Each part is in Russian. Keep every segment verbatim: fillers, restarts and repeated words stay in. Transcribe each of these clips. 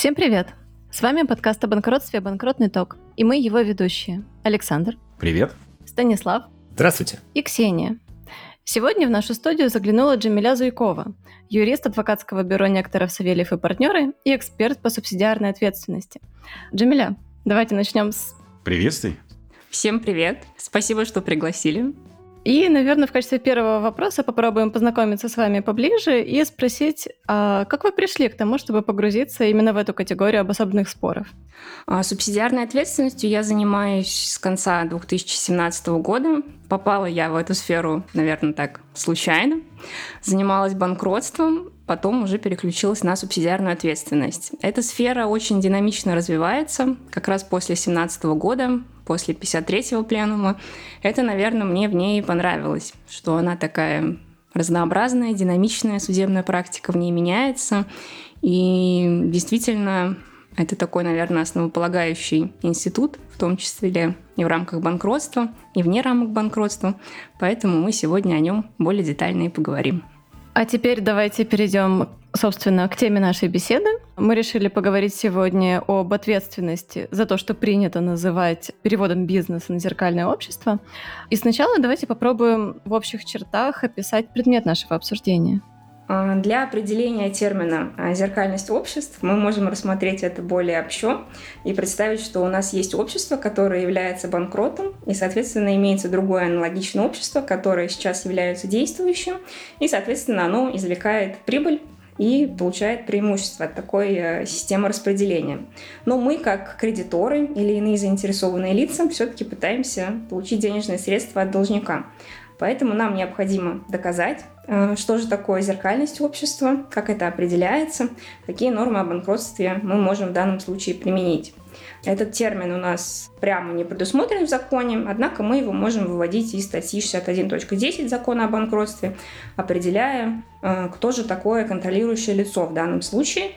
Всем привет! С вами подкаст о банкротстве «Банкротный ток», и мы его ведущие. Александр. Привет. Станислав. Здравствуйте. И Ксения. Сегодня в нашу студию заглянула Джамиля Зуйкова, юрист адвокатского бюро «Некторов, Савельев и партнеры» и эксперт по субсидиарной ответственности. Джамиля, давайте начнем с... Приветствуй. Всем привет. Спасибо, что пригласили. И, наверное, в качестве первого вопроса попробуем познакомиться с вами поближе и спросить, а как вы пришли к тому, чтобы погрузиться именно в эту категорию обособленных споров? Субсидиарной ответственностью я занимаюсь с конца две тысячи семнадцатого года. Попала я в эту сферу, наверное, так, случайно. Занималась банкротством, потом уже переключилась на субсидиарную ответственность. Эта сфера очень динамично развивается, как раз после две тысячи семнадцатого года, после пятьдесят третьего пленума. Это, наверное, мне в ней понравилось, что она такая разнообразная, динамичная, судебная практика в ней меняется. И действительно, это такой, наверное, основополагающий институт, в том числе и в рамках банкротства, и вне рамок банкротства. Поэтому мы сегодня о нем более детально и поговорим. А теперь давайте перейдем, собственно, к теме нашей беседы. Мы решили поговорить сегодня об ответственности за то, что принято называть переводом бизнеса на зеркальное общество. И сначала давайте попробуем в общих чертах описать предмет нашего обсуждения. Для определения термина «зеркальность обществ» мы можем рассмотреть это более общо и представить, что у нас есть общество, которое является банкротом, и, соответственно, имеется другое аналогичное общество, которое сейчас является действующим, и, соответственно, оно извлекает прибыль и получает преимущество от такой системы распределения. Но мы, как кредиторы или иные заинтересованные лица, все-таки пытаемся получить денежные средства от должника. Поэтому нам необходимо доказать, что же такое зеркальность общества, как это определяется, какие нормы о банкротстве мы можем в данном случае применить. Этот термин у нас прямо не предусмотрен в законе, однако мы его можем выводить из статьи шестьдесят один точка десять Закона о банкротстве, определяя, кто же такое контролирующее лицо в данном случае,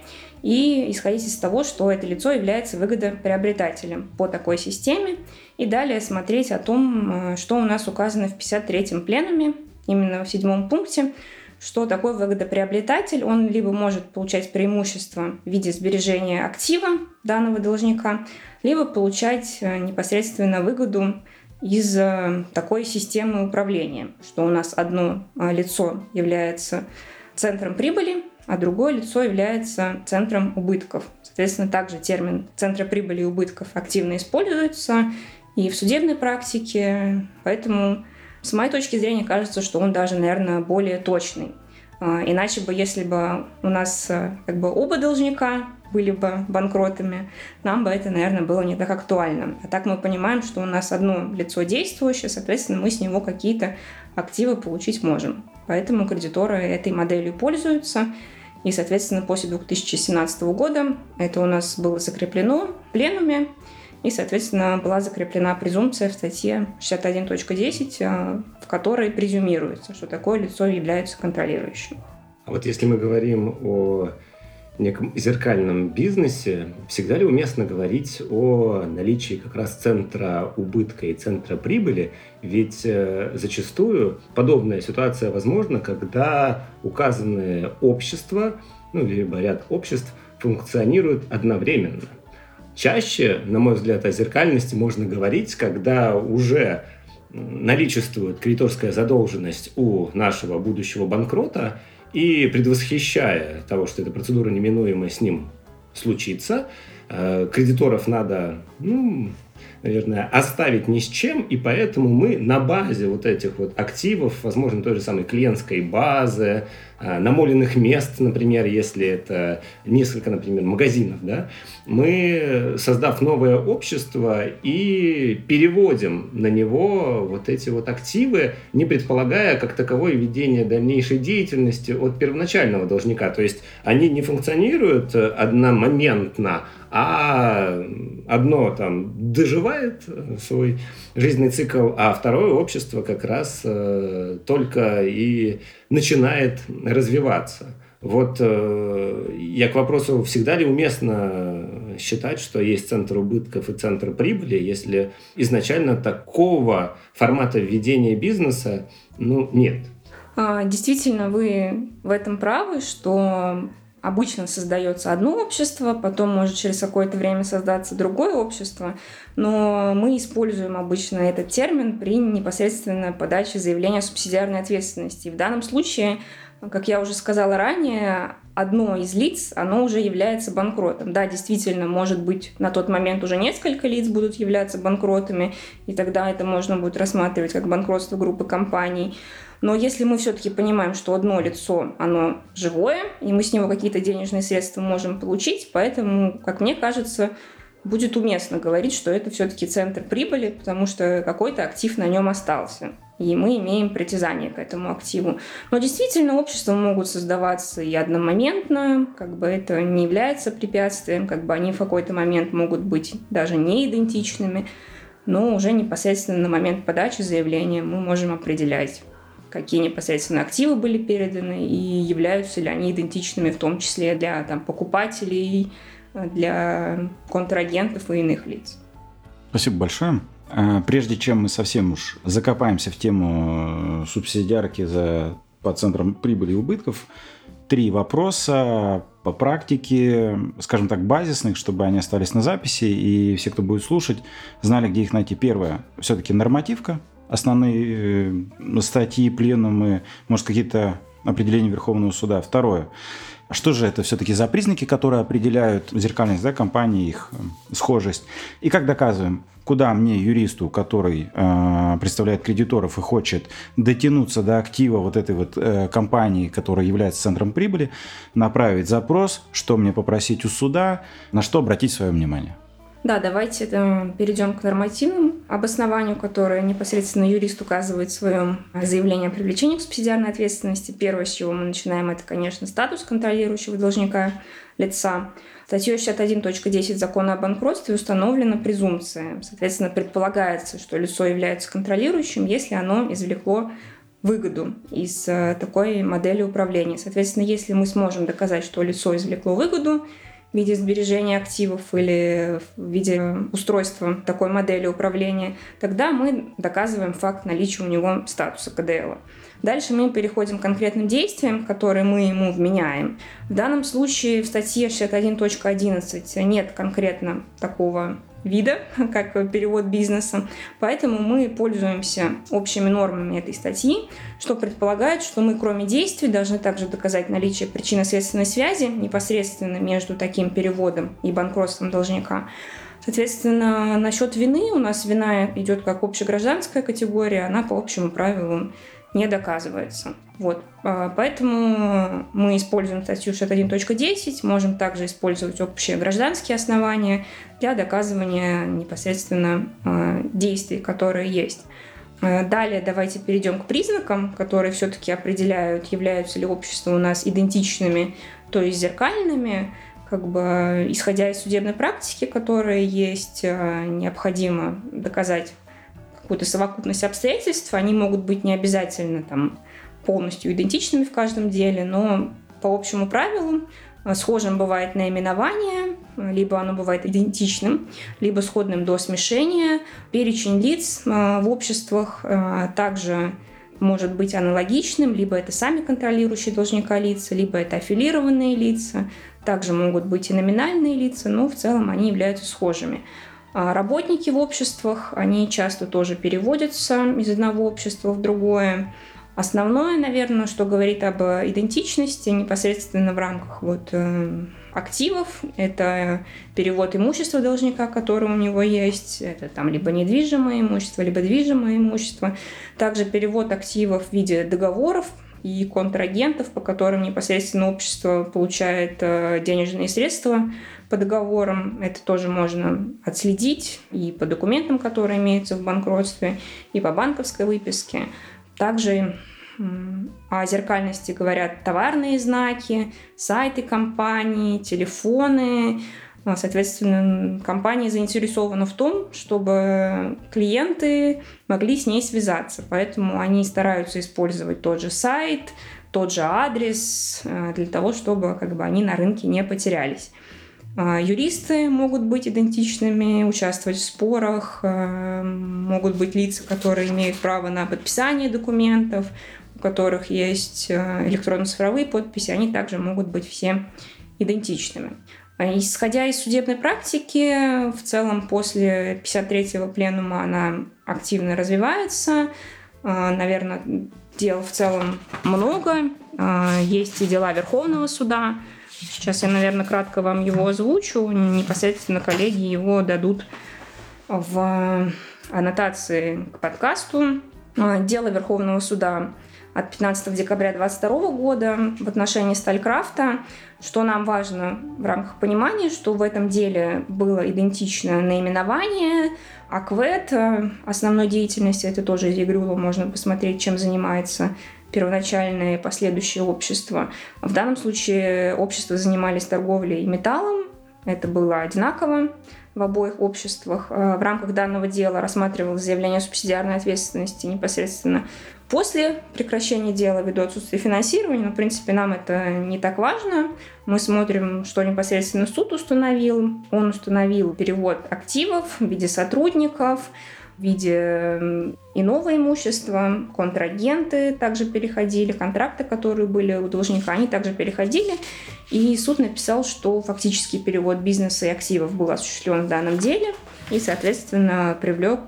и исходить из того, что это лицо является выгодоприобретателем по такой системе, и далее смотреть о том, что у нас указано в пятьдесят третьем пленуме, именно в седьмом пункте, что такой выгодоприобретатель, он либо может получать преимущество в виде сбережения актива данного должника, либо получать непосредственно выгоду из такой системы управления, что у нас одно лицо является центром прибыли, а другое лицо является центром убытков. Соответственно, также термин «центра прибыли и убытков» активно используется и в судебной практике, поэтому с моей точки зрения кажется, что он даже, наверное, более точный. Иначе бы, если бы у нас как бы оба должника были бы банкротами, нам бы это, наверное, было не так актуально. А так мы понимаем, что у нас одно лицо действующее, соответственно, мы с него какие-то активы получить можем. Поэтому кредиторы этой моделью пользуются. И, соответственно, после две тысячи семнадцатого года это у нас было закреплено в пленуме. И, соответственно, была закреплена презумпция в статье шестьдесят один точка десять, в которой презюмируется, что такое лицо является контролирующим. А вот если мы говорим о неком зеркальном бизнесе, всегда ли уместно говорить о наличии как раз центра убытка и центра прибыли? Ведь э, зачастую подобная ситуация возможна, когда указанные общества, ну, либо ряд обществ функционируют одновременно. Чаще, на мой взгляд, о зеркальности можно говорить, когда уже наличествует кредиторская задолженность у нашего будущего банкрота, и предвосхищая того, что эта процедура неминуемо с ним случится, кредиторов надо, ну, наверное, оставить ни с чем, и поэтому мы на базе вот этих вот активов, возможно, той же самой клиентской базы, намоленных мест, например, если это несколько, например, магазинов, да, мы, создав новое общество, и переводим на него вот эти вот активы, не предполагая как таковое ведение дальнейшей деятельности от первоначального должника. То есть они не функционируют одномоментно, а одно там доживает свой жизненный цикл, а второе общество как раз э, только и начинает развиваться. Вот э, я к вопросу, всегда ли уместно считать, что есть центр убытков и центр прибыли, если изначально такого формата ведения бизнеса, ну, нет. Действительно, вы в этом правы, что обычно создается одно общество, потом может через какое-то время создаться другое общество, но мы используем обычно этот термин при непосредственно подаче заявления о субсидиарной ответственности. В данном случае, как я уже сказала ранее, одно из лиц, оно уже является банкротом. Да, действительно, может быть, на тот момент уже несколько лиц будут являться банкротами, и тогда это можно будет рассматривать как банкротство группы компаний. Но если мы все-таки понимаем, что одно лицо, оно живое, и мы с него какие-то денежные средства можем получить, поэтому, как мне кажется, будет уместно говорить, что это все-таки центр прибыли, потому что какой-то актив на нем остался, и мы имеем притязание к этому активу. Но действительно, общества могут создаваться и одномоментно, как бы это не является препятствием, как бы они в какой-то момент могут быть даже не идентичными, но уже непосредственно на момент подачи заявления мы можем определять, какие непосредственно активы были переданы и являются ли они идентичными, в том числе для там, покупателей, для контрагентов и иных лиц. Спасибо большое. Прежде чем мы совсем уж закопаемся в тему субсидиарки за, по центрам прибыли и убытков, три вопроса по практике, скажем так, базисных, чтобы они остались на записи, и все, кто будет слушать, знали, где их найти. Первое, все-таки нормативка, основные статьи, пленумы, может, какие-то определения Верховного суда. Второе, что же это все-таки за признаки, которые определяют зеркальность, да, компании, их схожесть? И как доказываем, куда мне, юристу, который э, представляет кредиторов и хочет дотянуться до актива вот этой вот э, компании, которая является центром прибыли, направить запрос, что мне попросить у суда, на что обратить свое внимание? Да, давайте да, перейдем к нормативному обоснованию, которое непосредственно юрист указывает в своем заявлении о привлечении к субсидиарной ответственности. Первое, с чего мы начинаем, это, конечно, статус контролирующего должника лица. Статьей шестьдесят один точка десять Закона о банкротстве установлена презумпция. Соответственно, предполагается, что лицо является контролирующим, если оно извлекло выгоду из такой модели управления. Соответственно, если мы сможем доказать, что лицо извлекло выгоду в виде сбережения активов или в виде устройства такой модели управления, тогда мы доказываем факт наличия у него статуса ка дэ эл. Дальше мы переходим к конкретным действиям, которые мы ему вменяем. В данном случае в статье шестьдесят один точка одиннадцать нет конкретно такого вида, как перевод бизнеса, поэтому мы пользуемся общими нормами этой статьи, что предполагает, что мы, кроме действий, должны также доказать наличие причинно-следственной связи непосредственно между таким переводом и банкротством должника. Соответственно, насчет вины у нас вина идет как общегражданская категория, она по общему правилу не доказывается. Вот. Поэтому мы используем статью шестьдесят один точка десять, можем также использовать общие гражданские основания для доказывания непосредственно действий, которые есть. Далее давайте перейдем к признакам, которые все-таки определяют, являются ли общества у нас идентичными, то есть зеркальными. Как бы, исходя из судебной практики, которая есть, необходимо доказать какую-то совокупность обстоятельств, они могут быть не обязательно там, полностью идентичными в каждом деле, но по общему правилу схожим бывает наименование, либо оно бывает идентичным, либо сходным до смешения. Перечень лиц в обществах также может быть аналогичным, либо это сами контролирующие должника лица, либо это аффилированные лица, также могут быть и номинальные лица, но в целом они являются схожими. Работники в обществах, они часто тоже переводятся из одного общества в другое. Основное, наверное, что говорит об идентичности непосредственно в рамках вот, э, активов, это перевод имущества должника, которое у него есть, это там либо недвижимое имущество, либо движимое имущество. Также перевод активов в виде договоров и контрагентов, по которым непосредственно общество получает э, денежные средства по договорам. Это тоже можно отследить и по документам, которые имеются в банкротстве, и по банковской выписке. Также о зеркальности говорят товарные знаки, сайты компании, телефоны. Соответственно, компания заинтересована в том, чтобы клиенты могли с ней связаться. Поэтому они стараются использовать тот же сайт, тот же адрес, для того, чтобы как бы, они на рынке не потерялись. Юристы могут быть идентичными, участвовать в спорах, могут быть лица, которые имеют право на подписание документов, у которых есть электронно-цифровые подписи, они также могут быть все идентичными. Исходя из судебной практики, в целом после пятьдесят третьего пленума она активно развивается. Наверное, дел в целом много. Есть и дела Верховного суда. Сейчас я, наверное, кратко вам его озвучу. Непосредственно коллеги его дадут в аннотации к подкасту. Дело Верховного суда от пятнадцатого декабря две тысячи двадцать второго года в отношении Сталькрафта. Что нам важно в рамках понимания, что в этом деле было идентично наименование, АКВЭД основной деятельности, это тоже из ЕГРЮЛа, можно посмотреть, чем занимается первоначальное и последующее общество. В данном случае общества занимались торговлей металлом, это было одинаково в обоих обществах. В рамках данного дела рассматривалось заявление о субсидиарной ответственности непосредственно после прекращения дела ввиду отсутствия финансирования, но, в принципе, нам это не так важно. Мы смотрим, что непосредственно суд установил. Он установил перевод активов в виде сотрудников, в виде иного имущества, контрагенты также переходили, контракты, которые были у должника, они также переходили. И суд написал, что фактический перевод бизнеса и активов был осуществлен в данном деле и, соответственно, привлек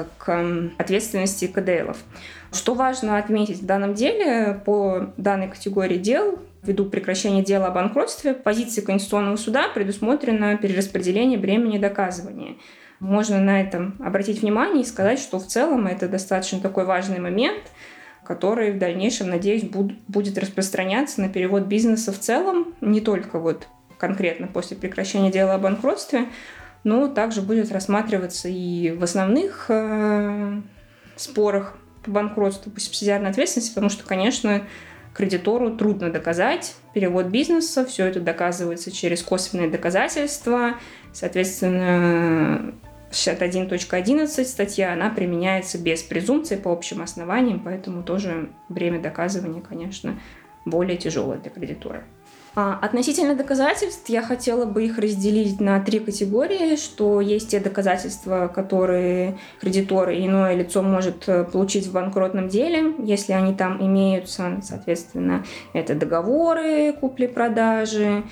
к ответственности КДЛов. Что важно отметить в данном деле, по данной категории дел, ввиду прекращения дела о банкротстве, позиции Конституционного суда предусмотрено перераспределение бремени доказывания. Можно на этом обратить внимание и сказать, что в целом это достаточно такой важный момент, который в дальнейшем, надеюсь, будет распространяться на перевод бизнеса в целом, не только вот конкретно после прекращения дела о банкротстве, но также будет рассматриваться и в основных э, спорах по банкротству, по субсидиарной ответственности, потому что, конечно, кредитору трудно доказать перевод бизнеса, все это доказывается через косвенные доказательства, соответственно, шестьдесят один точка одиннадцать статья, она применяется без презумпции по общим основаниям, поэтому тоже бремя доказывания, конечно, более тяжелое для кредитора. Относительно доказательств, я хотела бы их разделить на три категории, что есть те доказательства, которые кредитор и иное лицо может получить в банкротном деле, если они там имеются, соответственно, это договоры купли-продажи,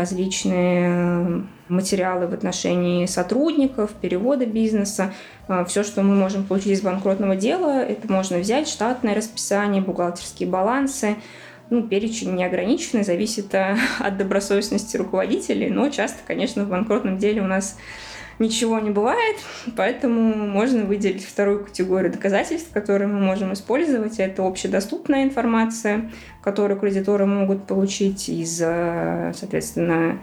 различные материалы в отношении сотрудников, перевода бизнеса. Все, что мы можем получить из банкротного дела, это можно взять штатное расписание, бухгалтерские балансы. Ну, перечень неограниченный, зависит от добросовестности руководителей, но часто, конечно, в банкротном деле у нас ничего не бывает, поэтому можно выделить вторую категорию доказательств, которые мы можем использовать. Это общедоступная информация, которую кредиторы могут получить из, соответственно,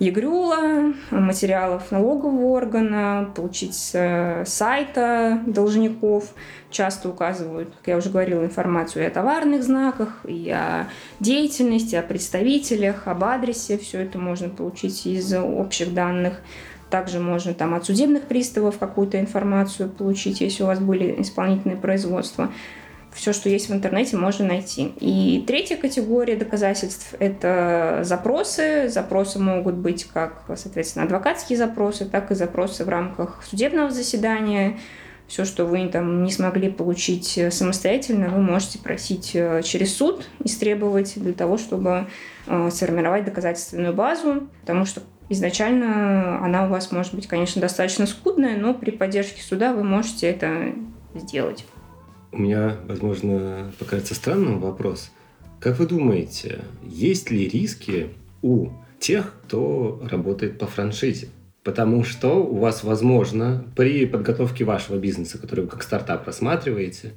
ЕГРЮЛа, материалов налогового органа, получить с сайта должников. Часто указывают, как я уже говорила, информацию и о товарных знаках, и о деятельности, о представителях, об адресе. Все это можно получить из общих данных. Также можно там от судебных приставов какую-то информацию получить, если у вас были исполнительные производства. Все, что есть в интернете, можно найти. И третья категория доказательств – это запросы. Запросы могут быть как, соответственно, адвокатские запросы, так и запросы в рамках судебного заседания. Все, что вы там не смогли получить самостоятельно, вы можете просить через суд, истребовать для того, чтобы сформировать доказательственную базу, потому что изначально она у вас может быть, конечно, достаточно скудная, но при поддержке суда вы можете это сделать. У меня, возможно, покажется странным вопрос. Как вы думаете, есть ли риски у тех, кто работает по франшизе? Потому что у вас, возможно, при подготовке вашего бизнеса, который вы как стартап рассматриваете,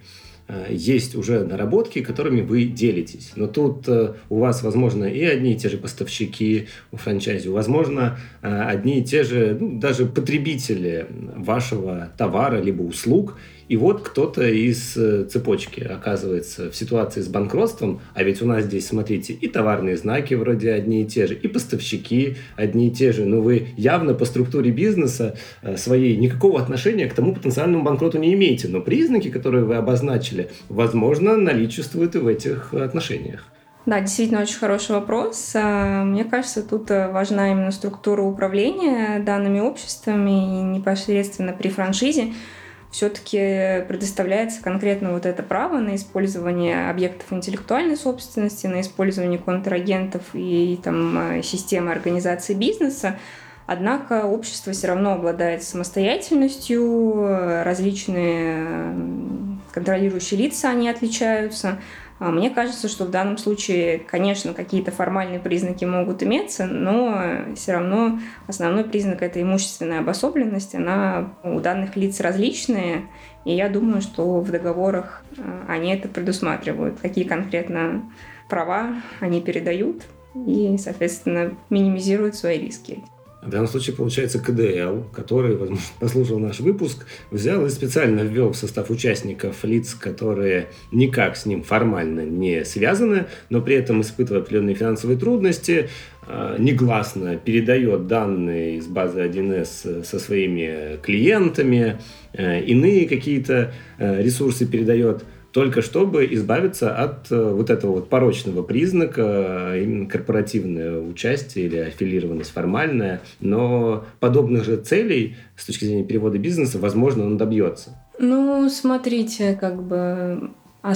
есть уже наработки, которыми вы делитесь. Но тут у вас, возможно, и одни и те же поставщики у франчайзи, возможно, одни и те же, ну, даже потребители вашего товара либо услуг. И вот кто-то из цепочки оказывается в ситуации с банкротством, а ведь у нас здесь, смотрите, и товарные знаки вроде одни и те же, и поставщики одни и те же. Но вы явно по структуре бизнеса своей никакого отношения к тому потенциальному банкроту не имеете. Но признаки, которые вы обозначили, возможно, наличествуют и в этих отношениях. Да, действительно очень хороший вопрос. Мне кажется, тут важна именно структура управления данными обществами и непосредственно при франшизе. все-таки предоставляется конкретно вот это право на использование объектов интеллектуальной собственности, на использование контрагентов и там, системы организации бизнеса. Однако общество все равно обладает самостоятельностью, различные контролирующие лица, они отличаются. Мне кажется, что в данном случае, конечно, какие-то формальные признаки могут иметься, но все равно основной признак – это имущественная обособленность. Она у данных лиц различная, и я думаю, что в договорах они это предусматривают, какие конкретно права они передают и, соответственно, минимизируют свои риски. В данном случае получается ка дэ эл, который, возможно, послушал наш выпуск, взял и специально ввел в состав участников лиц, которые никак с ним формально не связаны, но при этом, испытывая определенные финансовые трудности, негласно передает данные из базы один эс со своими клиентами, иные какие-то ресурсы передает, только чтобы избавиться от вот этого вот порочного признака, именно корпоративное участие или аффилированность формальная. Но подобных же целей с точки зрения перевода бизнеса, возможно, он добьется. Ну, смотрите, как бы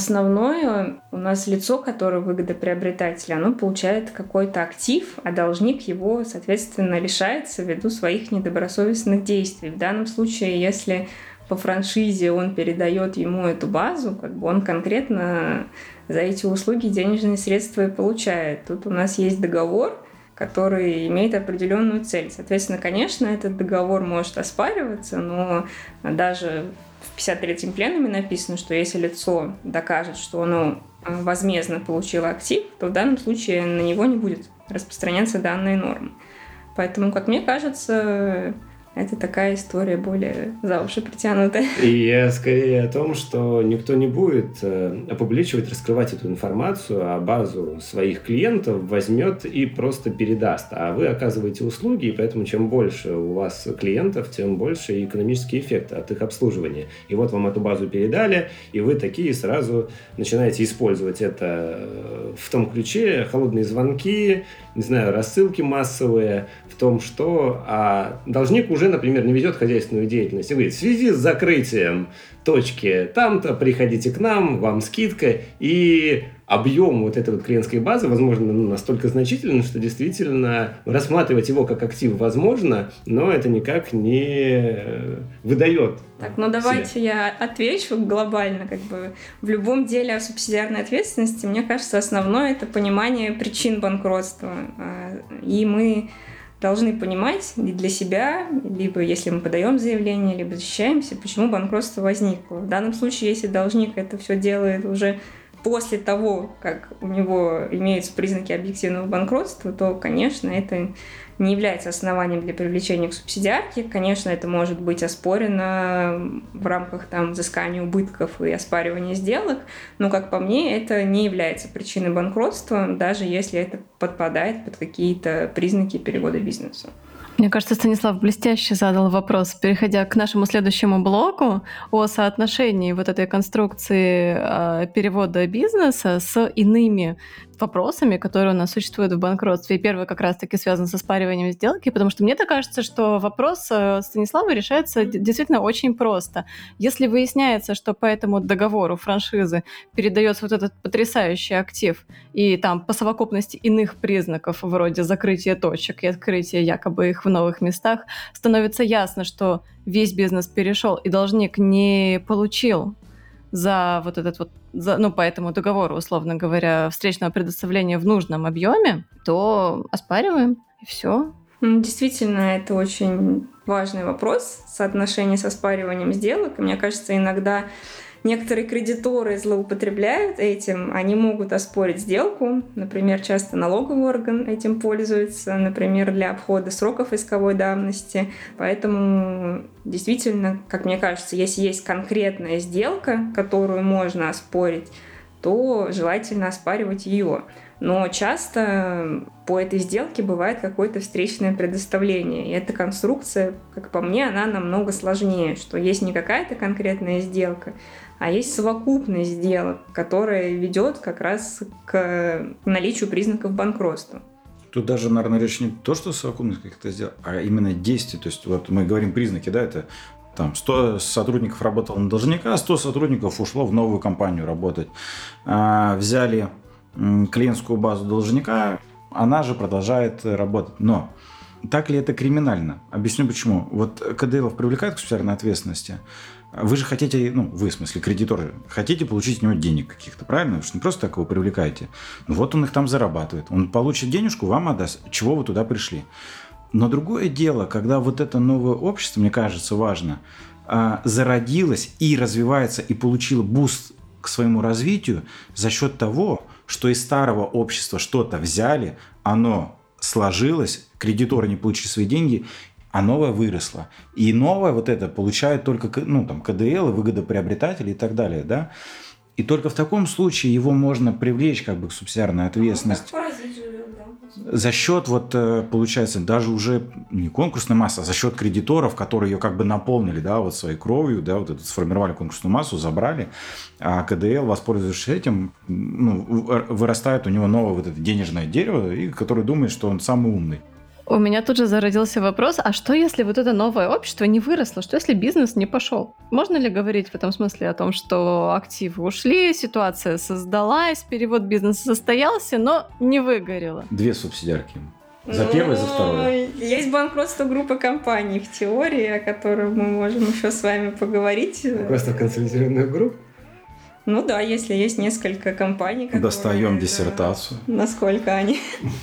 основное у нас лицо, которое выгодоприобретатель, оно получает какой-то актив, а должник его, соответственно, лишается ввиду своих недобросовестных действий. В данном случае, если по франшизе он передает ему эту базу, как бы он конкретно за эти услуги денежные средства и получает. Тут у нас есть договор, который имеет определенную цель. Соответственно, конечно, этот договор может оспариваться, но даже в пятьдесят третьем пленуме написано, что если лицо докажет, что оно возмездно получило актив, то в данном случае на него не будет распространяться данная норма. Поэтому, как мне кажется, это такая история более за уши притянутая. И я скорее о том, что никто не будет опубличивать, раскрывать эту информацию, а базу своих клиентов возьмет и просто передаст. А вы оказываете услуги, и поэтому чем больше у вас клиентов, тем больше экономический эффект от их обслуживания. И вот вам эту базу передали, и вы такие сразу начинаете использовать это в том ключе, холодные звонки, не знаю, рассылки массовые, в том, что а должник уже, например, не ведет хозяйственную деятельность и говорит: в связи с закрытием точки там-то приходите к нам, вам скидка, и объем вот этой вот клиентской базы, возможно, ну, настолько значителен, что действительно рассматривать его как актив возможно, но это никак не выдает. Так, ну давайте себя. Я отвечу глобально. Как бы в любом деле о субсидиарной ответственности, мне кажется, основное – это понимание причин банкротства. И мы должны понимать для себя, либо если мы подаем заявление, либо защищаемся, почему банкротство возникло. В данном случае, если должник это все делает уже после того, как у него имеются признаки объективного банкротства, то, конечно, это не является основанием для привлечения к субсидиарке. Конечно, это может быть оспорено в рамках там, взыскания убытков и оспаривания сделок, но, как по мне, это не является причиной банкротства, даже если это подпадает под какие-то признаки перевода бизнеса. Мне кажется, Станислав блестяще задал вопрос, переходя к нашему следующему блоку о соотношении вот этой конструкции э, перевода бизнеса с иными вопросами, которые у нас существуют в банкротстве. И первый как раз-таки связан с оспариванием сделки, потому что мне-то кажется, что вопрос Станислава решается действительно очень просто. Если выясняется, что по этому договору франшизы передается вот этот потрясающий актив, и там по совокупности иных признаков, вроде закрытия точек и открытия якобы их в новых местах, становится ясно, что весь бизнес перешел, и должник не получил за вот этот вот, за, ну, по этому договору, условно говоря, встречного предоставления в нужном объеме, то оспариваем, и все. Действительно, это очень важный вопрос, соотношение с оспариванием сделок. И мне кажется, иногда некоторые кредиторы злоупотребляют этим, они могут оспорить сделку, например, часто налоговый орган этим пользуется, например, для обхода сроков исковой давности. Поэтому действительно, как мне кажется, если есть конкретная сделка, которую можно оспорить, то желательно оспаривать ее. Но часто по этой сделке бывает какое-то встречное предоставление. И эта конструкция, как по мне, она намного сложнее, что есть не какая-то конкретная сделка, а есть совокупность сделок, которая ведет как раз к наличию признаков банкротства. Тут даже, наверное, речь не то, что совокупность каких-то сделок, а именно действий. То есть вот мы говорим признаки, да, это там сто сотрудников работало на должника, сто сотрудников ушло в новую компанию работать. Взяли клиентскую базу должника, она же продолжает работать. Но так ли это криминально? Объясню почему. Вот КДЛов привлекают к субсидиарной ответственности. Вы же хотите, ну, вы, в смысле, кредиторы, хотите получить от него денег каких-то, правильно? Вы же не просто так его привлекаете. Ну, вот он их там зарабатывает. Он получит денежку, вам отдаст. Чего вы туда пришли? Но другое дело, когда вот это новое общество, мне кажется, важно, зародилось и развивается, и получило буст к своему развитию за счет того, что из старого общества что-то взяли, оно сложилось, кредиторы не получили свои деньги, а новое выросло. И новое вот это получают только, ну, там, КДЛ, выгодоприобретатели и так далее, да? И только в таком случае его можно привлечь как бы к субсидиарной ответственности. Ну, паразит живет, да. За счет, вот, получается, даже уже не конкурсной массы, а за счет кредиторов, которые ее как бы наполнили, да, вот своей кровью, да, вот это, сформировали конкурсную массу, забрали, а КДЛ, воспользовавшись этим, ну, вырастает у него новое вот это денежное дерево, и который думает, что он самый умный. У меня тут же зародился вопрос, а что если вот это новое общество не выросло? Что если бизнес не пошел? Можно ли говорить в этом смысле о том, что активы ушли, ситуация создалась, перевод бизнеса состоялся, но не выгорело? Две субсидиарки. За первое, за второе. Есть банкротство группы компаний в теории, о котором мы можем еще с вами поговорить. Просто консолидированных групп? Ну да, если есть несколько компаний, которые... Достаем диссертацию. Да, насколько они...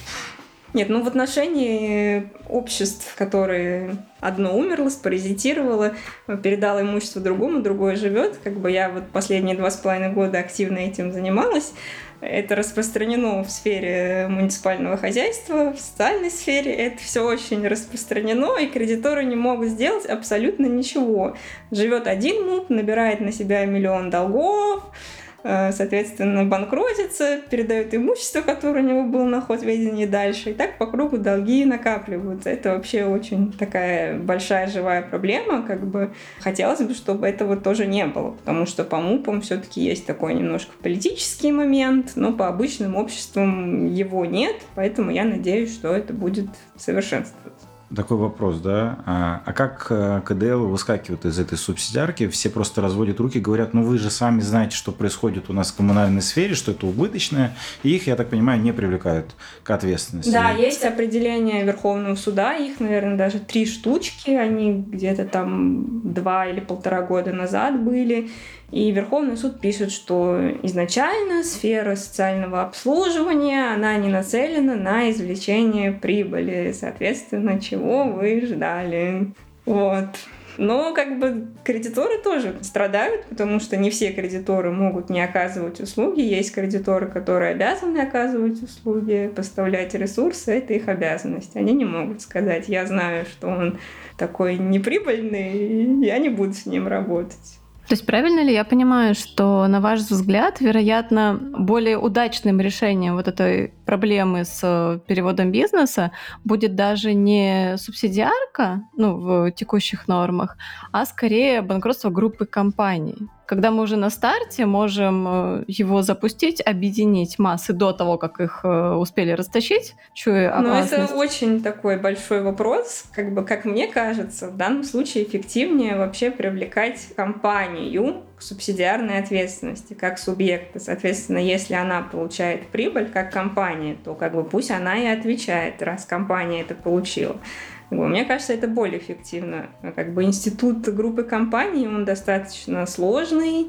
Нет, ну в отношении обществ, которые одно умерло, спаразитировало, передало имущество другому, другое живет, как бы я вот последние два с половиной года активно этим занималась. Это распространено в сфере муниципального хозяйства, в социальной сфере. Это все очень распространено, и кредиторы не могут сделать абсолютно ничего. Живет один муп, набирает на себя миллион долгов, соответственно, банкротится, передает имущество, которое у него было на хозведении дальше. И так по кругу долги накапливаются. Это вообще очень такая большая живая проблема. Как бы хотелось бы, чтобы этого тоже не было, потому что по мупам все-таки есть такой немножко политический момент, но по обычным обществам его нет, поэтому я надеюсь, что это будет совершенствоваться. Такой вопрос, да. А, а как КДЛ выскакивают из этой субсидиарки? Все просто разводят руки, говорят, ну вы же сами знаете, что происходит у нас в коммунальной сфере, что это убыточное, и их, я так понимаю, не привлекают к ответственности. Да, есть определение Верховного суда, их, наверное, даже три штучки, они где-то там два или полтора года назад были. И Верховный суд пишет, что изначально сфера социального обслуживания, она не нацелена на извлечение прибыли. Соответственно, чего вы ждали? Вот. Но как бы кредиторы тоже страдают, потому что не все кредиторы могут не оказывать услуги. Есть кредиторы, которые обязаны оказывать услуги, поставлять ресурсы. Это их обязанность. Они не могут сказать, я знаю, что он такой неприбыльный, я не буду с ним работать. То есть правильно ли я понимаю, что, на ваш взгляд, вероятно, более удачным решением вот этой проблемы с переводом бизнеса будет даже не субсидиарка, ну, в текущих нормах, а скорее банкротство группы компаний? Когда мы уже на старте можем его запустить, объединить массы до того, как их успели растащить, чуя опасность. Ну, это очень такой большой вопрос. Как бы, как мне кажется, в данном случае эффективнее вообще привлекать компанию к субсидиарной ответственности, как субъекта. Соответственно, если она получает прибыль как компания, то как бы пусть она и отвечает, раз компания это получила. Мне кажется, это более эффективно. Как бы институт группы компаний, он достаточно сложный.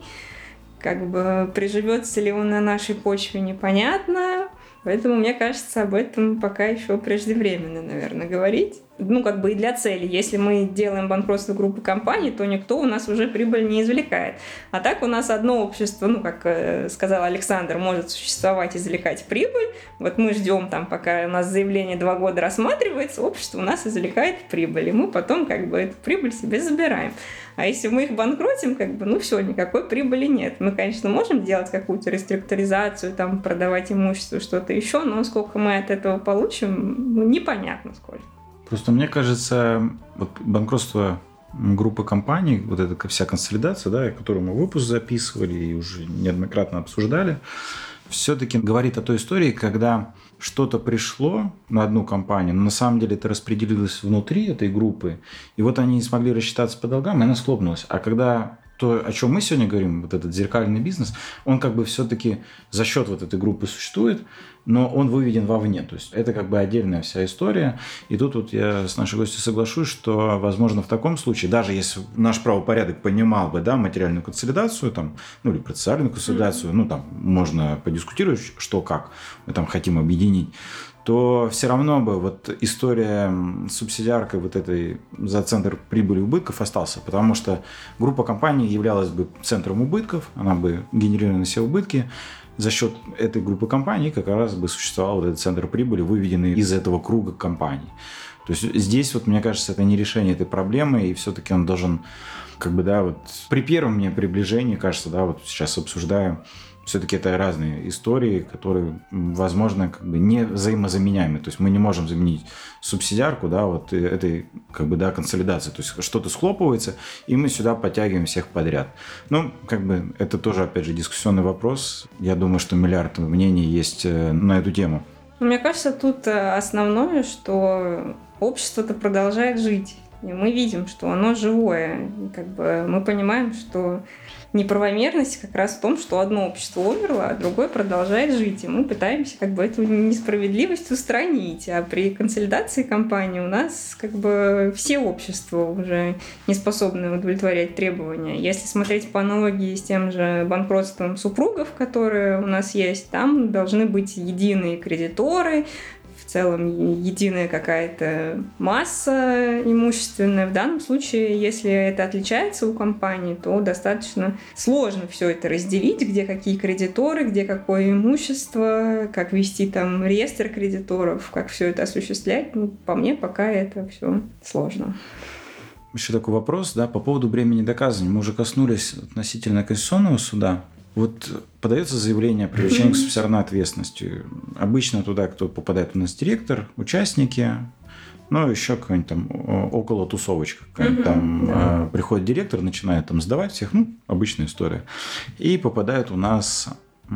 Как бы приживется ли он на нашей почве, непонятно. Поэтому, мне кажется, об этом пока еще преждевременно, наверное, говорить. Ну, как бы и для цели. Если мы делаем банкротство группы компаний, то никто у нас уже прибыль не извлекает. А так у нас одно общество, ну, как э, сказал Александр, может существовать, извлекать прибыль. Вот мы ждем там, пока у нас заявление два года рассматривается, общество у нас извлекает прибыль. И мы потом как бы эту прибыль себе забираем. А если мы их банкротим, как бы, ну все, никакой прибыли нет. Мы, конечно, можем делать какую-то реструктуризацию, там, продавать имущество, что-то еще, но сколько мы от этого получим, ну, непонятно сколько. Просто мне кажется, вот банкротство группы компаний, вот эта вся консолидация, да, которую мы выпуск записывали и уже неоднократно обсуждали, все-таки говорит о той истории, когда что-то пришло на одну компанию, но на самом деле это распределилось внутри этой группы, и вот они не смогли рассчитаться по долгам, и она схлопнулась. А когда то, о чем мы сегодня говорим, вот этот зеркальный бизнес, он как бы все-таки за счет вот этой группы существует, но он выведен вовне. То есть это как бы отдельная вся история. И тут вот я с нашей гостью соглашусь, что, возможно, в таком случае, даже если наш правопорядок понимал бы, да, материальную консолидацию, там, ну или процессуальную консолидацию, mm-hmm. ну там можно подискутировать, что как мы там хотим объединить, то все равно бы вот история с субсидиаркой вот этой за центр прибыли и убытков остался, потому что группа компаний являлась бы центром убытков, она бы генерировала на себя убытки, за счет этой группы компаний как раз бы существовал вот этот центр прибыли, выведенный из этого круга компаний. То есть здесь вот, мне кажется, это не решение этой проблемы, и все-таки он должен, как бы, да, вот при первом мне приближении, кажется, да, вот сейчас обсуждаю, все-таки это разные истории, которые, возможно, как бы не взаимозаменяемы. То есть мы не можем заменить субсидиарку, да, вот этой, как бы, да, консолидации. То есть что-то схлопывается, и мы сюда подтягиваем всех подряд. Ну, как бы, это тоже, опять же, дискуссионный вопрос. Я думаю, что миллиард мнений есть на эту тему. Мне кажется, тут основное, что общество-то продолжает жить. И мы видим, что оно живое. Как бы мы понимаем, что неправомерность как раз в том, что одно общество умерло, а другое продолжает жить. И мы пытаемся как бы эту несправедливость устранить. А при консолидации компании у нас как бы все общества уже не способны удовлетворять требования. Если смотреть по аналогии с тем же банкротством супругов, которые у нас есть, там должны быть единые кредиторы, в целом единая какая-то масса имущественная. В данном случае, если это отличается у компании, то достаточно сложно все это разделить, где какие кредиторы, где какое имущество, как вести там реестр кредиторов, как все это осуществлять. Ну, по мне, пока это все сложно. Еще такой вопрос, да, по поводу бремени доказывания. Мы уже коснулись относительно Конституционного суда. Вот подается заявление о привлечении к субсидиарной ответственности. Обычно туда, кто попадает у нас директор, участники, ну, еще какая-нибудь там около тусовочка. Mm-hmm. Там да. э, приходит директор, начинает там сдавать всех, ну, обычная история. И попадает у нас э,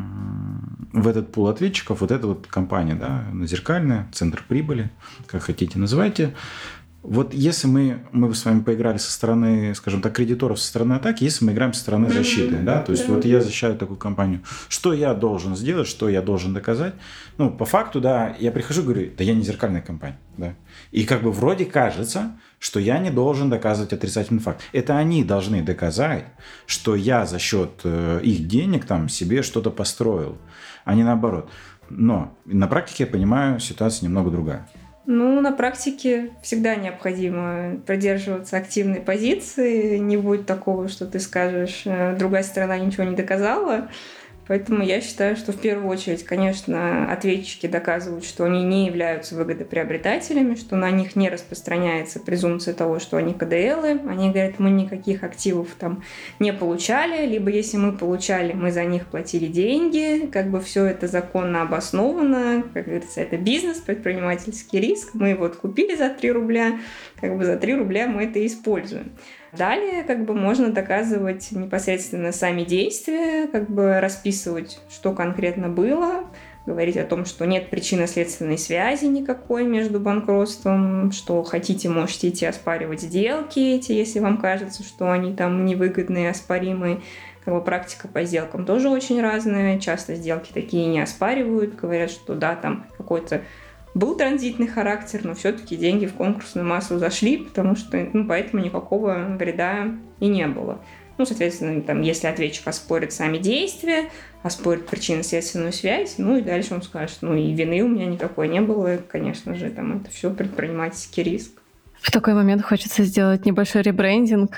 в этот пул ответчиков вот эта вот компания, да, зеркальная, центр прибыли, как хотите называйте. Вот если мы, мы с вами поиграли со стороны, скажем так, кредиторов, со стороны атаки, если мы играем со стороны защиты, mm-hmm. да, то есть mm-hmm. вот я защищаю такую компанию, что я должен сделать, что я должен доказать, ну, по факту, да, я прихожу и говорю, да я не зеркальная компания, да, и как бы вроде кажется, что я не должен доказывать отрицательный факт. Это они должны доказать, что я за счет их денег там себе что-то построил, а не наоборот. Но на практике, я понимаю, ситуация немного другая. Ну, на практике всегда необходимо придерживаться активной позиции. Не будет такого, что ты скажешь, другая сторона ничего не доказала. Поэтому я считаю, что в первую очередь, конечно, ответчики доказывают, что они не являются выгодоприобретателями, что на них не распространяется презумпция того, что они ка дэ элы. Они говорят, мы никаких активов там не получали, либо если мы получали, мы за них платили деньги. Как бы все это законно обосновано. Как говорится, это бизнес, предпринимательский риск. Мы вот купили за три рубля, как бы за три рубля мы это используем. Далее как бы можно доказывать непосредственно сами действия, как бы расписывать, что конкретно было, говорить о том, что нет причинно-следственной связи никакой между банкротством, что хотите, можете идти оспаривать сделки эти, если вам кажется, что они там невыгодные, оспоримые. Как бы практика по сделкам тоже очень разная. Часто сделки такие не оспаривают, говорят, что да, там какой-то был транзитный характер, но все-таки деньги в конкурсную массу зашли, потому что, ну, поэтому никакого вреда и не было. Ну, соответственно, там, если ответчик оспорит сами действия, оспорит причинно-следственную связь, ну и дальше он скажет, ну и вины у меня никакой не было, конечно же, там это все предпринимательский риск. В такой момент хочется сделать небольшой ребрендинг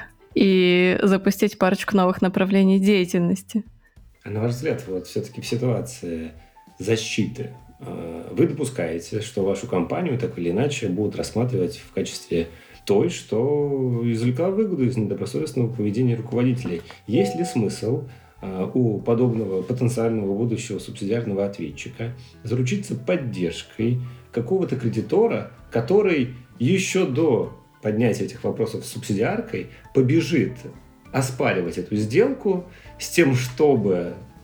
и запустить парочку новых направлений деятельности. А на ваш взгляд, вот все-таки в ситуации защиты вы допускаете, что вашу компанию так или иначе будут рассматривать в качестве той, что извлекла выгоду из недобросовестного поведения руководителей. Есть ли смысл у подобного потенциального будущего субсидиарного ответчика заручиться поддержкой какого-то кредитора, который еще до поднятия этих вопросов с субсидиаркой побежит оспаривать эту сделку с тем, чтобы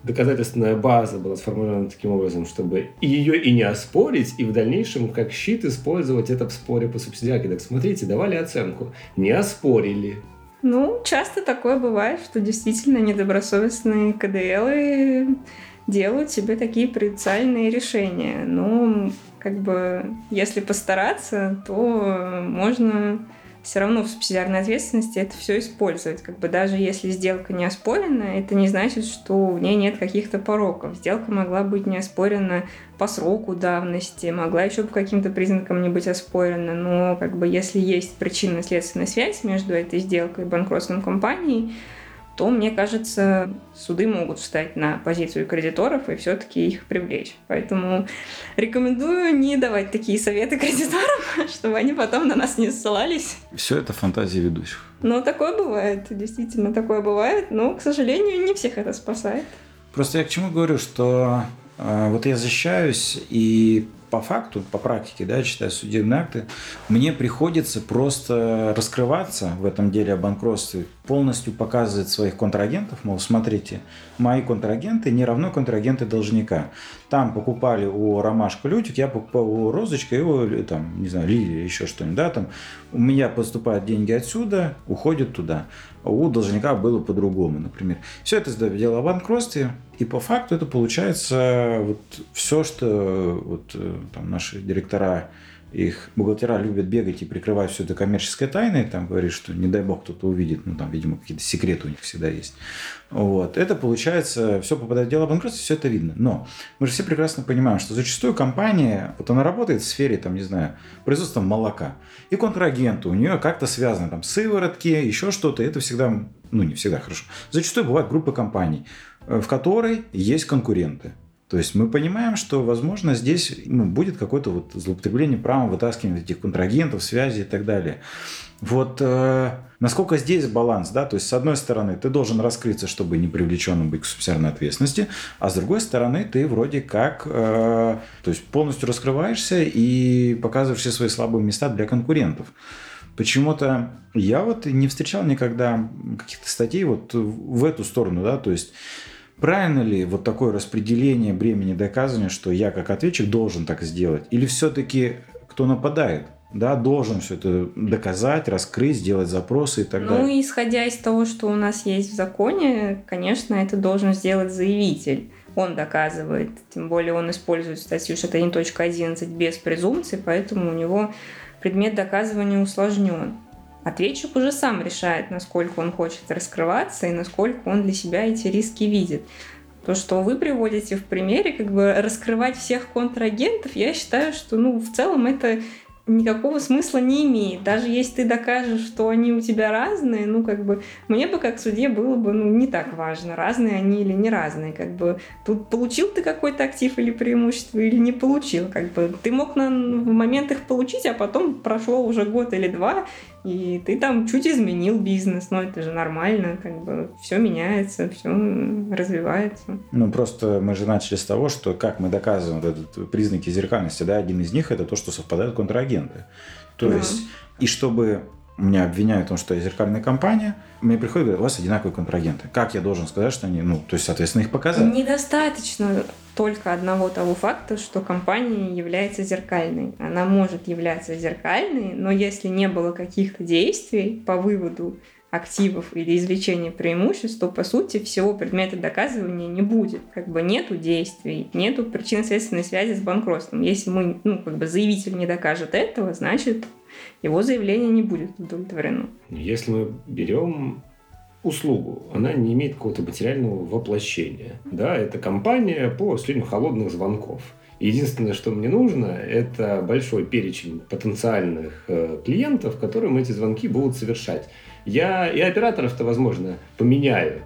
доказательственная база была сформулирована таким образом, чтобы ее и не оспорить, и в дальнейшем как щит использовать это в споре по субсидиарке. Так смотрите, давали оценку, не оспорили. Ну, часто такое бывает, что действительно недобросовестные ка дэ элы делают себе такие прицельные решения. Но, как бы, если постараться, то можно все равно в субсидиарной ответственности это все использовать. Как бы даже если сделка не оспорена, это не значит, что в ней нет каких-то пороков. Сделка могла быть не оспорена по сроку давности, могла еще по каким-то признакам не быть оспорена, но как бы если есть причинно-следственная связь между этой сделкой и банкротством компании, то, мне кажется, суды могут встать на позицию кредиторов и все-таки их привлечь. Поэтому рекомендую не давать такие советы кредиторам, чтобы они потом на нас не ссылались. Все это фантазии ведущих. Но такое бывает, действительно такое бывает, но, к сожалению, не всех это спасает. Просто я к чему говорю, что э, вот я защищаюсь, и по факту, по практике, да, читая судебные акты, мне приходится просто раскрываться в этом деле о банкротстве, полностью показывать своих контрагентов, мол, смотрите, мои контрагенты не равно контрагенты должника. Там покупали у Ромашка Лютик, я покупал у Розочка, его, там, не знаю, Лилия, еще что-нибудь, да, там, у меня поступают деньги отсюда, уходят туда. А у должника было по-другому, например. Все это дело о банкротстве, и по факту это получается вот все, что вот, там, наши директора, их бухгалтера любят бегать и прикрывать все это коммерческой тайной, там говорит, что не дай бог кто-то увидит, ну там, видимо, какие-то секреты у них всегда есть. Вот. Это получается, все попадает в дело о банкротстве, все это видно. Но мы же все прекрасно понимаем, что зачастую компания, вот она работает в сфере, там, не знаю, производства молока, и контрагенты у нее как-то связаны, там, сыворотки, еще что-то, это всегда, ну не всегда, хорошо. Зачастую бывают группы компаний, в которой есть конкуренты. То есть мы понимаем, что, возможно, здесь ну, будет какое-то вот злоупотребление правом, вытаскивание этих контрагентов, связи и так далее. Вот э, насколько здесь баланс, да, то есть с одной стороны ты должен раскрыться, чтобы не привлеченным быть к субсидиарной ответственности, а с другой стороны ты вроде как, э, то есть полностью раскрываешься и показываешь все свои слабые места для конкурентов. Почему-то я вот не встречал никогда каких-то статей вот в эту сторону, да, то есть правильно ли вот такое распределение бремени доказывания, что я как ответчик должен так сделать? Или все-таки кто нападает, да, должен все это доказать, раскрыть, сделать запросы и так ну, далее? Ну, исходя из того, что у нас есть в законе, конечно, это должен сделать заявитель. Он доказывает, тем более он использует статью шестьдесят один точка одиннадцать без презумпции, поэтому у него предмет доказывания усложнен. Ответчик уже сам решает, насколько он хочет раскрываться и насколько он для себя эти риски видит. То, что вы приводите в примере, как бы раскрывать всех контрагентов, я считаю, что ну, в целом это никакого смысла не имеет. Даже если ты докажешь, что они у тебя разные, ну, как бы, мне бы как судье было бы, ну, не так важно, разные они или не разные, как бы, тут получил ты какой-то актив или преимущество, или не получил, как бы, ты мог на, в момент их получить, а потом прошло уже год или два, и ты там чуть изменил бизнес, но это же нормально, как бы, все меняется, все развивается. Ну, просто мы же начали с того, что как мы доказываем вот этот признаки зеркальности, да, один из них это то, что совпадают контрагенты. То да. есть, и чтобы меня обвиняют в том, что я зеркальная компания, мне приходят и говорят, у вас одинаковые контрагенты. Как я должен сказать, что они, ну, то есть, соответственно, их показать? Недостаточно только одного того факта, что компания является зеркальной. Она может являться зеркальной, но если не было каких-то действий по выводу активов или извлечения преимуществ, то, по сути, всего предмета доказывания не будет. Как бы нету действий, нету причинно-следственной связи с банкротством. Если мы, ну, как бы заявитель не докажет этого, значит, его заявление не будет удовлетворено. Если мы берем услугу, она не имеет какого-то материального воплощения. Да, это компания по осуществлению холодных звонков. Единственное, что мне нужно, это большой перечень потенциальных э, клиентов, которым эти звонки будут совершать. Я и операторов-то, возможно, поменяю,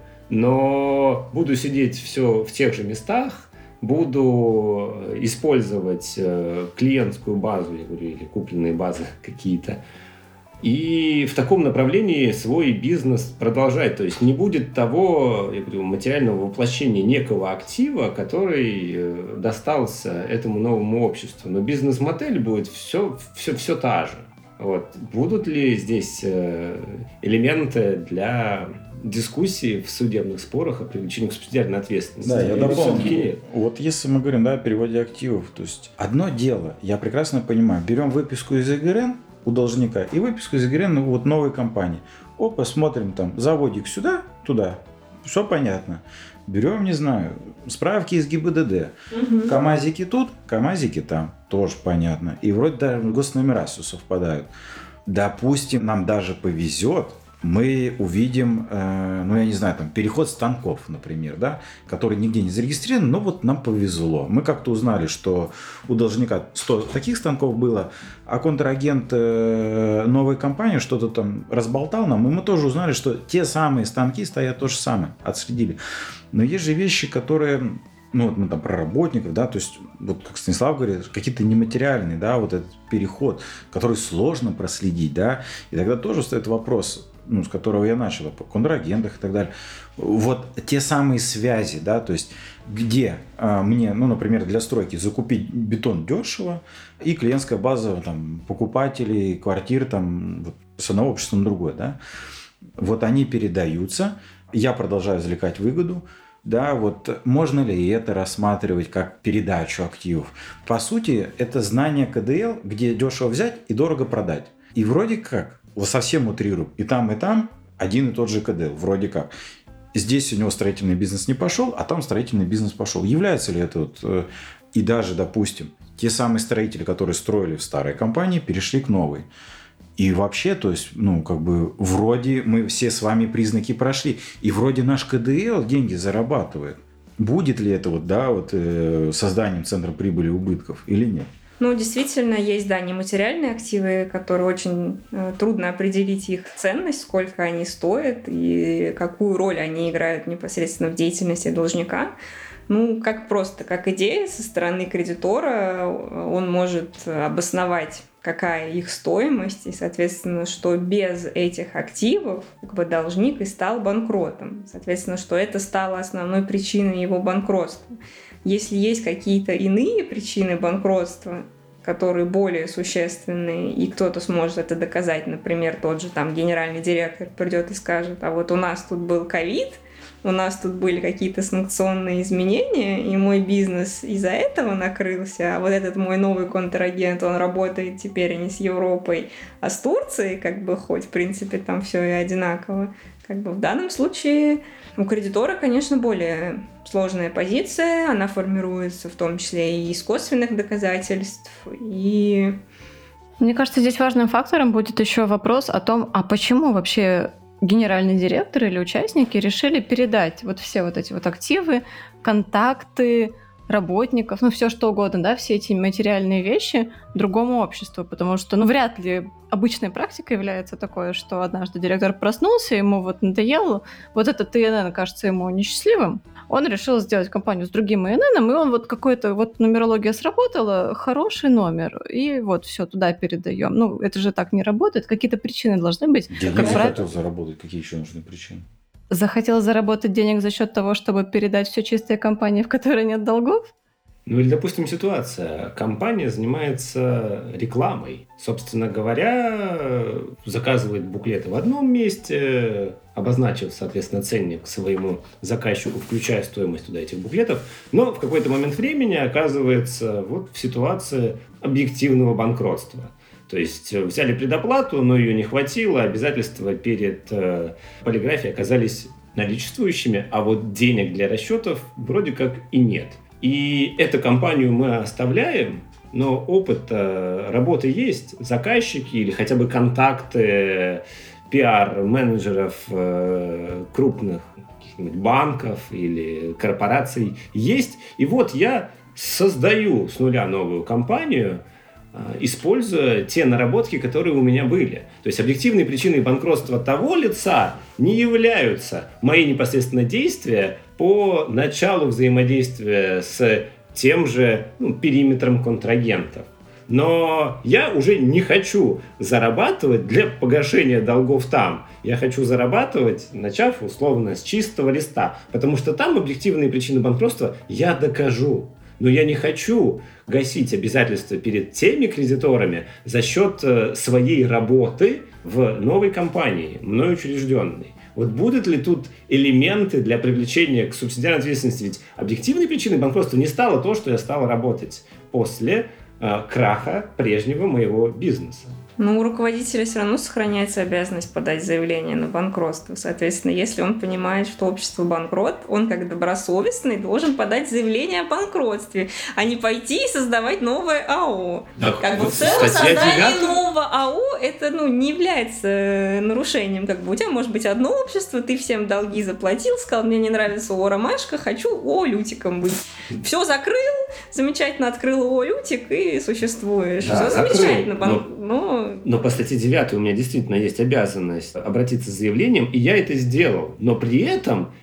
но буду сидеть все в тех же местах, буду использовать э, клиентскую базу, я говорю, или купленные базы какие-то, и в таком направлении свой бизнес продолжать. То есть не будет того, я говорю, материального воплощения некого актива, который достался этому новому обществу. Но бизнес-модель будет все, все, все та же. Вот. Будут ли здесь элементы для дискуссии в судебных спорах о привлечении к субсидиарной ответственности. Да, я Или дополню. всё-таки нет? Вот если мы говорим, да, о переводе активов, то есть одно дело, я прекрасно понимаю, берем выписку из ИГРН у должника и выписку из ИГРН ну, вот новой компании. Опа, смотрим там, заводик сюда, туда, все понятно. Берем, не знаю, справки из ГИБДД. Угу. КАМАЗики тут, КАМАЗики там, тоже понятно. И вроде даже госномера все совпадают. Допустим, нам даже повезет, мы увидим, э, ну я не знаю, там переход станков, например, да, который нигде не зарегистрирован, но вот нам повезло. Мы как-то узнали, что у должника сто таких станков было, а контрагент э, новой компании что-то там разболтал нам, и мы тоже узнали, что те самые станки стоят то же самое, отследили. Но есть же вещи, которые... Ну, вот мы там про работников, да, то есть, вот как Станислав говорит, какие-то нематериальные, да, вот этот переход, который сложно проследить, да, и тогда тоже встает вопрос, ну, с которого я начал, о контрагентах и так далее. Вот те самые связи, да, то есть, где а, мне, ну, например, для стройки закупить бетон дешево, и клиентская база там, покупателей квартир там, вот, с одного общества на другое, да, вот они передаются, я продолжаю извлекать выгоду. Да, вот можно ли это рассматривать как передачу активов? По сути, это знание ка дэ эл, где дешево взять и дорого продать. И вроде как, вот совсем утрирую, и там, и там один и тот же ка дэ эл, вроде как. Здесь у него строительный бизнес не пошел, а там строительный бизнес пошел. Является ли это вот... И даже, допустим, те самые строители, которые строили в старой компании, перешли к новой. И вообще, то есть, ну, как бы, вроде мы все с вами признаки прошли, и вроде наш ка дэ эл деньги зарабатывает. Будет ли это вот, да, вот, э, созданием центра прибыли и убытков или нет? Ну, действительно, есть, да, нематериальные активы, которые очень э, трудно определить их ценность, сколько они стоят и какую роль они играют непосредственно в деятельности должника. Ну, как просто, как идея со стороны кредитора, он может обосновать, какая их стоимость, и, соответственно, что без этих активов как бы должник и стал банкротом. Соответственно, что это стало основной причиной его банкротства. Если есть какие-то иные причины банкротства, которые более существенные, и кто-то сможет это доказать, например, тот же там генеральный директор придет и скажет, а вот у нас тут был ковид, у нас тут были какие-то санкционные изменения, и мой бизнес из-за этого накрылся, а вот этот мой новый контрагент, он работает теперь не с Европой, а с Турцией, как бы, хоть, в принципе, там все и одинаково. Как бы в данном случае у кредитора, конечно, более сложная позиция, она формируется в том числе и из косвенных доказательств, и... Мне кажется, здесь важным фактором будет еще вопрос о том, а почему вообще генеральный директор или участники решили передать вот все вот эти вот активы, контакты работников, ну все что угодно, да, все эти материальные вещи другому обществу, потому что, ну, вряд ли обычной практикой является такое, что однажды директор проснулся, ему вот надоело, вот этот и эн эн кажется ему несчастливым, он решил сделать компанию с другим и эн эн, и он вот какой-то, вот нумерология сработала, хороший номер, и вот все туда передаем. Ну, это же так не работает, какие-то причины должны быть. Денег Как захотел правило, заработать, какие еще нужны причины? захотел заработать денег за счет того, чтобы передать все чистой компании, в которой нет долгов? Ну или, допустим, ситуация. Компания занимается рекламой. Собственно говоря, заказывает буклеты в одном месте, обозначив, соответственно, ценник своему заказчику, включая стоимость туда этих буклетов, но в какой-то момент времени оказывается вот в ситуации объективного банкротства. То есть взяли предоплату, но ее не хватило, обязательства перед э, полиграфией оказались наличествующими, а вот денег для расчетов вроде как и нет. И эту компанию мы оставляем, но опыт э, работы есть, заказчики или хотя бы контакты пиар-менеджеров э, крупных каких-нибудь банков или корпораций есть. И вот я создаю с нуля новую компанию, используя те наработки, которые у меня были. То есть объективной причиной банкротства того лица не являются мои непосредственно действия по началу взаимодействия с тем же ну, периметром контрагентов. Но я уже не хочу зарабатывать для погашения долгов там. Я хочу зарабатывать, начав условно с чистого листа. Потому что там объективные причины банкротства я докажу. Но я не хочу гасить обязательства перед теми кредиторами за счет своей работы в новой компании, мной учрежденной. Вот будут ли тут элементы для привлечения к субсидиарной ответственности? Ведь объективной причиной банкротства не стало то, что я стал работать после э, краха прежнего моего бизнеса. Но у руководителя все равно сохраняется обязанность подать заявление на банкротство. Соответственно, если он понимает, что общество банкрот, он как добросовестный должен подать заявление о банкротстве, а не пойти и создавать новое АО. Да, как бы вот в целом создание девятая... нового АО это ну, не является нарушением. Как бы у тебя может быть одно общество, ты всем долги заплатил, сказал, мне не нравится ООО «Ромашка», хочу ООО «Лютиком» быть. Все закрыл, замечательно открыл ООО «Лютик» и существуешь. Да, Все замечательно. Но... но... Но по статье девятой у меня действительно есть обязанность обратиться с заявлением, и я это сделал. Но при этом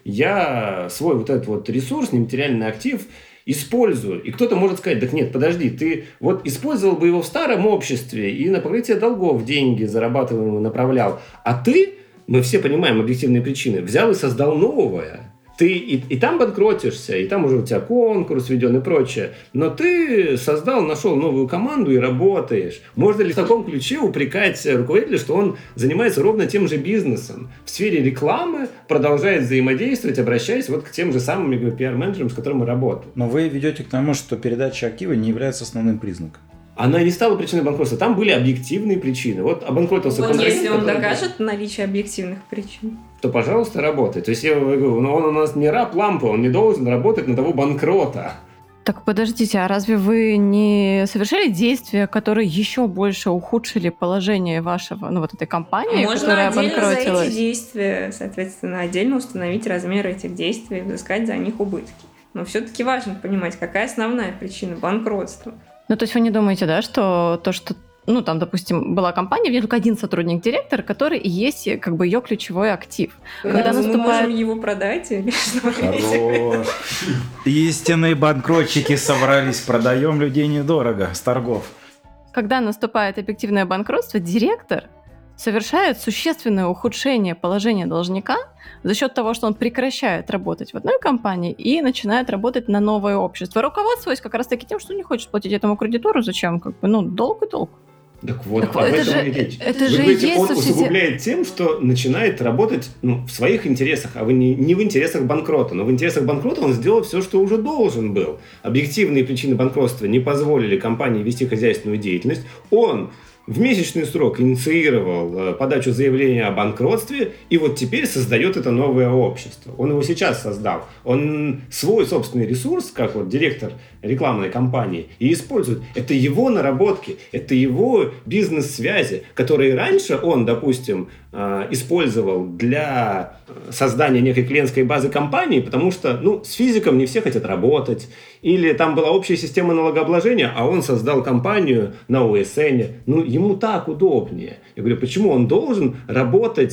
я свой вот этот вот ресурс, нематериальный актив, использую. И кто-то может сказать, так нет, подожди, ты вот использовал бы его в старом обществе и на покрытие долгов деньги зарабатываемые направлял. А ты, мы все понимаем объективные причины, взял и создал новое. Ты и, и там банкротишься, и там уже у тебя конкурс введен и прочее. Но ты создал, нашел новую команду и работаешь. Можно ли в таком ключе упрекать руководителя, что он занимается ровно тем же бизнесом? В сфере рекламы продолжает взаимодействовать, обращаясь вот к тем же самым пиар-менеджерам, с которыми работает. Но вы ведете к тому, что передача актива не является основным признаком. Она не стала причиной банкротства. Там были объективные причины. Вот обанкротился контрагент. Если он докажет наличие объективных причин, то, пожалуйста, работай. То есть я говорю, ну, он у нас не раб лампы, он не должен работать на того банкрота. Так подождите, а разве вы не совершали действия, которые еще больше ухудшили положение вашего, ну вот этой компании, можно которая отдельно обанкротилась? за эти действия, соответственно, отдельно установить размер этих действий, взыскать за них убытки. Но все-таки важно понимать, какая основная причина банкротства. Ну, то есть вы не думаете, да, что то, что, ну, там, допустим, была компания, в ней только один сотрудник-директор, который и есть, как бы, ее ключевой актив. Когда мы наступает... можем его продать или что? Хорош. Истинные банкротчики собрались, продаем людей недорого с торгов. Когда наступает объективное банкротство, директор совершает существенное ухудшение положения должника за счет того, что он прекращает работать в одной компании и начинает работать на новое общество, руководствуясь как раз-таки тем, что не хочет платить этому кредитору, зачем, как бы, ну, долг и долг. Так вот, так об это этом же, и речь. Это вы же говорите, есть он субсиди... усугубляет тем, что начинает работать ну, в своих интересах, а вы не, не в интересах банкрота. Но в интересах банкрота он сделал все, что уже должен был. Объективные причины банкротства не позволили компании вести хозяйственную деятельность. Он в месячный срок инициировал подачу заявления о банкротстве, и вот теперь создает это новое общество. Он его сейчас создал. Он свой собственный ресурс, как вот директор рекламной кампании, и использует. Это его наработки, это его бизнес-связи, которые раньше он, допустим, использовал для создания некой клиентской базы компании, потому что ну, с физиком не все хотят работать, или там была общая система налогообложения, а он создал компанию на о эс эн. Ну, ему так удобнее. Я говорю, почему он должен работать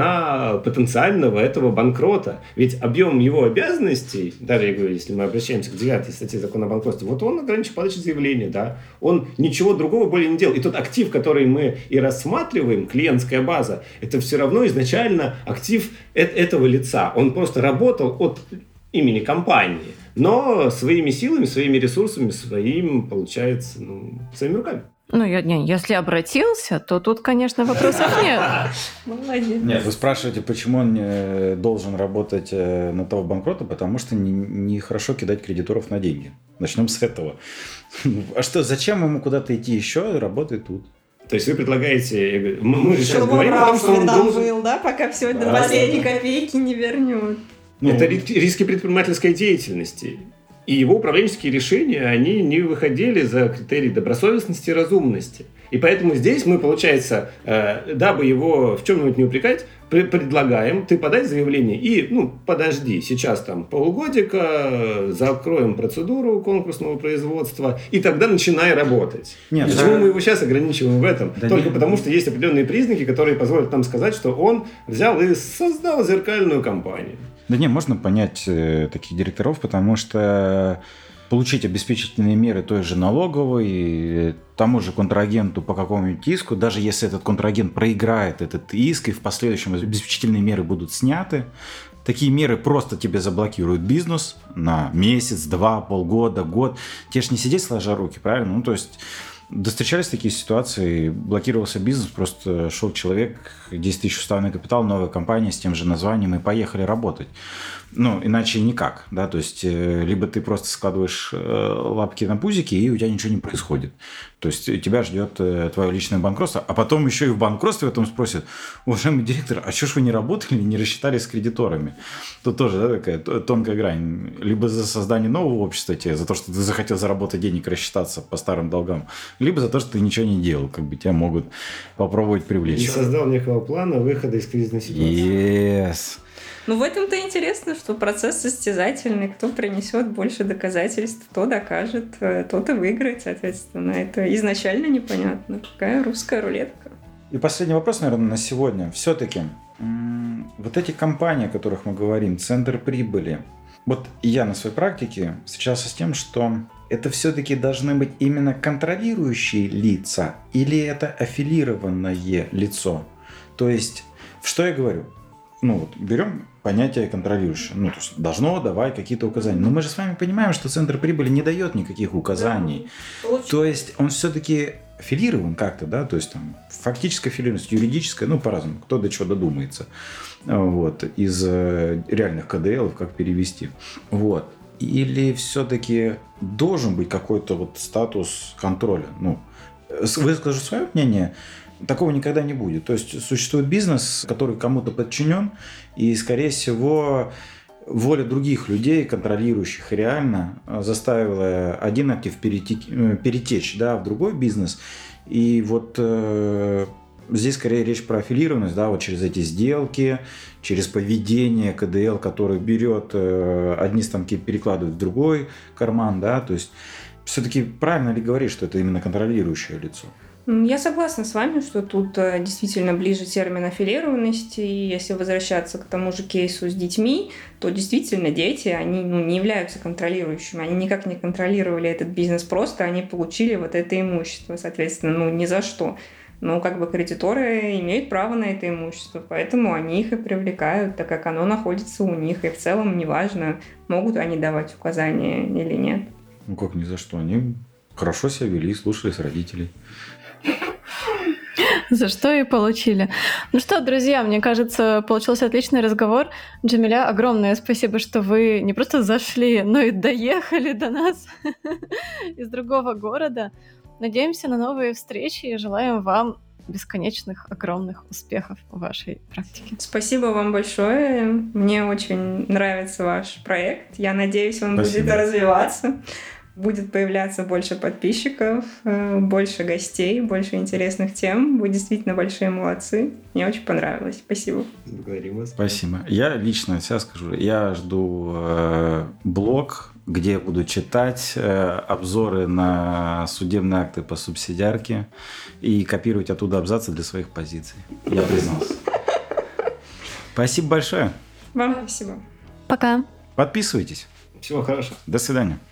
на потенциального этого банкрота? Ведь объем его обязанностей, даже, я говорю, если мы обращаемся к девятой статье закона о банкротстве, вот он ограничен подачей заявления, да, он ничего другого более не делал. И тот актив, который мы и рассматриваем, клиентская база, это все равно изначально актив этого лица. Он просто работал от имени компании, но своими силами, своими ресурсами, своим, получается, ну, своими руками. Ну, я, не, если обратился, то тут, конечно, вопросов нет. Молодец. Нет, вы спрашиваете, почему он не должен работать на того банкрота, потому что нехорошо не кидать кредиторов на деньги. Начнем с этого. А что, зачем ему куда-то идти еще? Работает тут. То есть вы предлагаете, мы, мы же сейчас говорим о том, что он должен... был, да, пока все до последней копейки не вернет. Ну, это риски предпринимательской деятельности. И его управленческие решения, они не выходили за критерии добросовестности и разумности. И поэтому здесь мы, получается, э, дабы его в чем-нибудь не упрекать, пр- предлагаем, ты подай заявление и, ну, подожди, сейчас там полгодика, закроем процедуру конкурсного производства, и тогда начинай работать. Нет, Почему да. мы его сейчас ограничиваем в этом? Да Только нет. потому, что есть определенные признаки, которые позволят нам сказать, что он взял и создал зеркальную компанию. Да не, можно понять э, таких директоров, потому что получить обеспечительные меры той же налоговой, э, тому же контрагенту по какому-нибудь иску, даже если этот контрагент проиграет этот иск, и в последующем обеспечительные меры будут сняты, такие меры просто тебе заблокируют бизнес на месяц, два, полгода, год. Тебе ж не сидеть сложа руки, правильно? Ну, то есть Да, встречались такие ситуации, блокировался бизнес, просто шел человек, десять тысяч уставный капитал, новая компания с тем же названием, и поехали работать. Ну, иначе никак, да, то есть, либо ты просто складываешь лапки на пузики, и у тебя ничего не происходит. То есть, тебя ждет твое личное банкротство, а потом еще и в банкротстве в этом спросят: уважаемый директор, а что ж вы не работали, не рассчитали с кредиторами? Тут тоже, да, такая тонкая грань. Либо за создание нового общества тебе, за то, что ты захотел заработать денег, рассчитаться по старым долгам, либо за то, что ты ничего не делал, как бы тебя могут попробовать привлечь. И создал некого плана выхода из кризисной ситуации. Yes. Ну, в этом-то интересно, что процесс состязательный. Кто принесет больше доказательств, кто докажет, тот и выиграет, соответственно. Это изначально непонятно. Какая русская рулетка. И последний вопрос, наверное, на сегодня. Все-таки вот эти компании, о которых мы говорим, центр прибыли. Вот я на своей практике встречался с тем, что это все-таки должны быть именно контролирующие лица или это аффилированное лицо. То есть, что я говорю? Ну вот, берем понятие контролирующее. Ну, то есть, должно давать какие-то указания. Но мы же с вами понимаем, что центр прибыли не дает никаких указаний. Да, то есть, он все-таки аффилирован как-то, да, то есть, там, фактическая аффилированность, юридическая, ну, по-разному, кто до чего додумается. Вот, из реальных ка дэ элов, как перевести. Вот. Или все-таки должен быть какой-то вот статус контроля? Ну, выскажу свое мнение. Такого никогда не будет. То есть существует бизнес, который кому-то подчинен, и, скорее всего, воля других людей, контролирующих реально, заставила один актив перетечь, перетечь да, в другой бизнес. И вот э, здесь скорее речь про аффилированность, да, вот через эти сделки, через поведение ка дэ эл, который берет э, одни станки, перекладывает в другой карман, да, то есть все-таки правильно ли говорить, что это именно контролирующее лицо? Я согласна с вами, что тут действительно ближе термин аффилированности. И если возвращаться к тому же кейсу с детьми, то действительно дети, они ну, не являются контролирующими. Они никак не контролировали этот бизнес, просто они получили вот это имущество, соответственно, ну ни за что. Но как бы кредиторы имеют право на это имущество, поэтому они их и привлекают, так как оно находится у них. И в целом неважно, могут они давать указания или нет. Ну как ни за что? Они хорошо себя вели, слушались родителей. За что и получили. Ну что, друзья, мне кажется, получился отличный разговор. Джамиля, огромное спасибо, что вы не просто зашли, но и доехали до нас из другого города. Надеемся на новые встречи и желаем вам бесконечных, огромных успехов в вашей практике. Спасибо вам большое. Мне очень нравится ваш проект. Я надеюсь, он Спасибо. будет развиваться. Будет появляться больше подписчиков, больше гостей, больше интересных тем. Вы действительно большие молодцы. Мне очень понравилось. Спасибо. Благодарим вас. Спасибо. Я лично себя скажу, я жду э, блог, где я буду читать э, обзоры на судебные акты по субсидиарке и копировать оттуда абзацы для своих позиций. Я признался. Спасибо большое. Вам спасибо. Пока. Подписывайтесь. Всего хорошего. До свидания.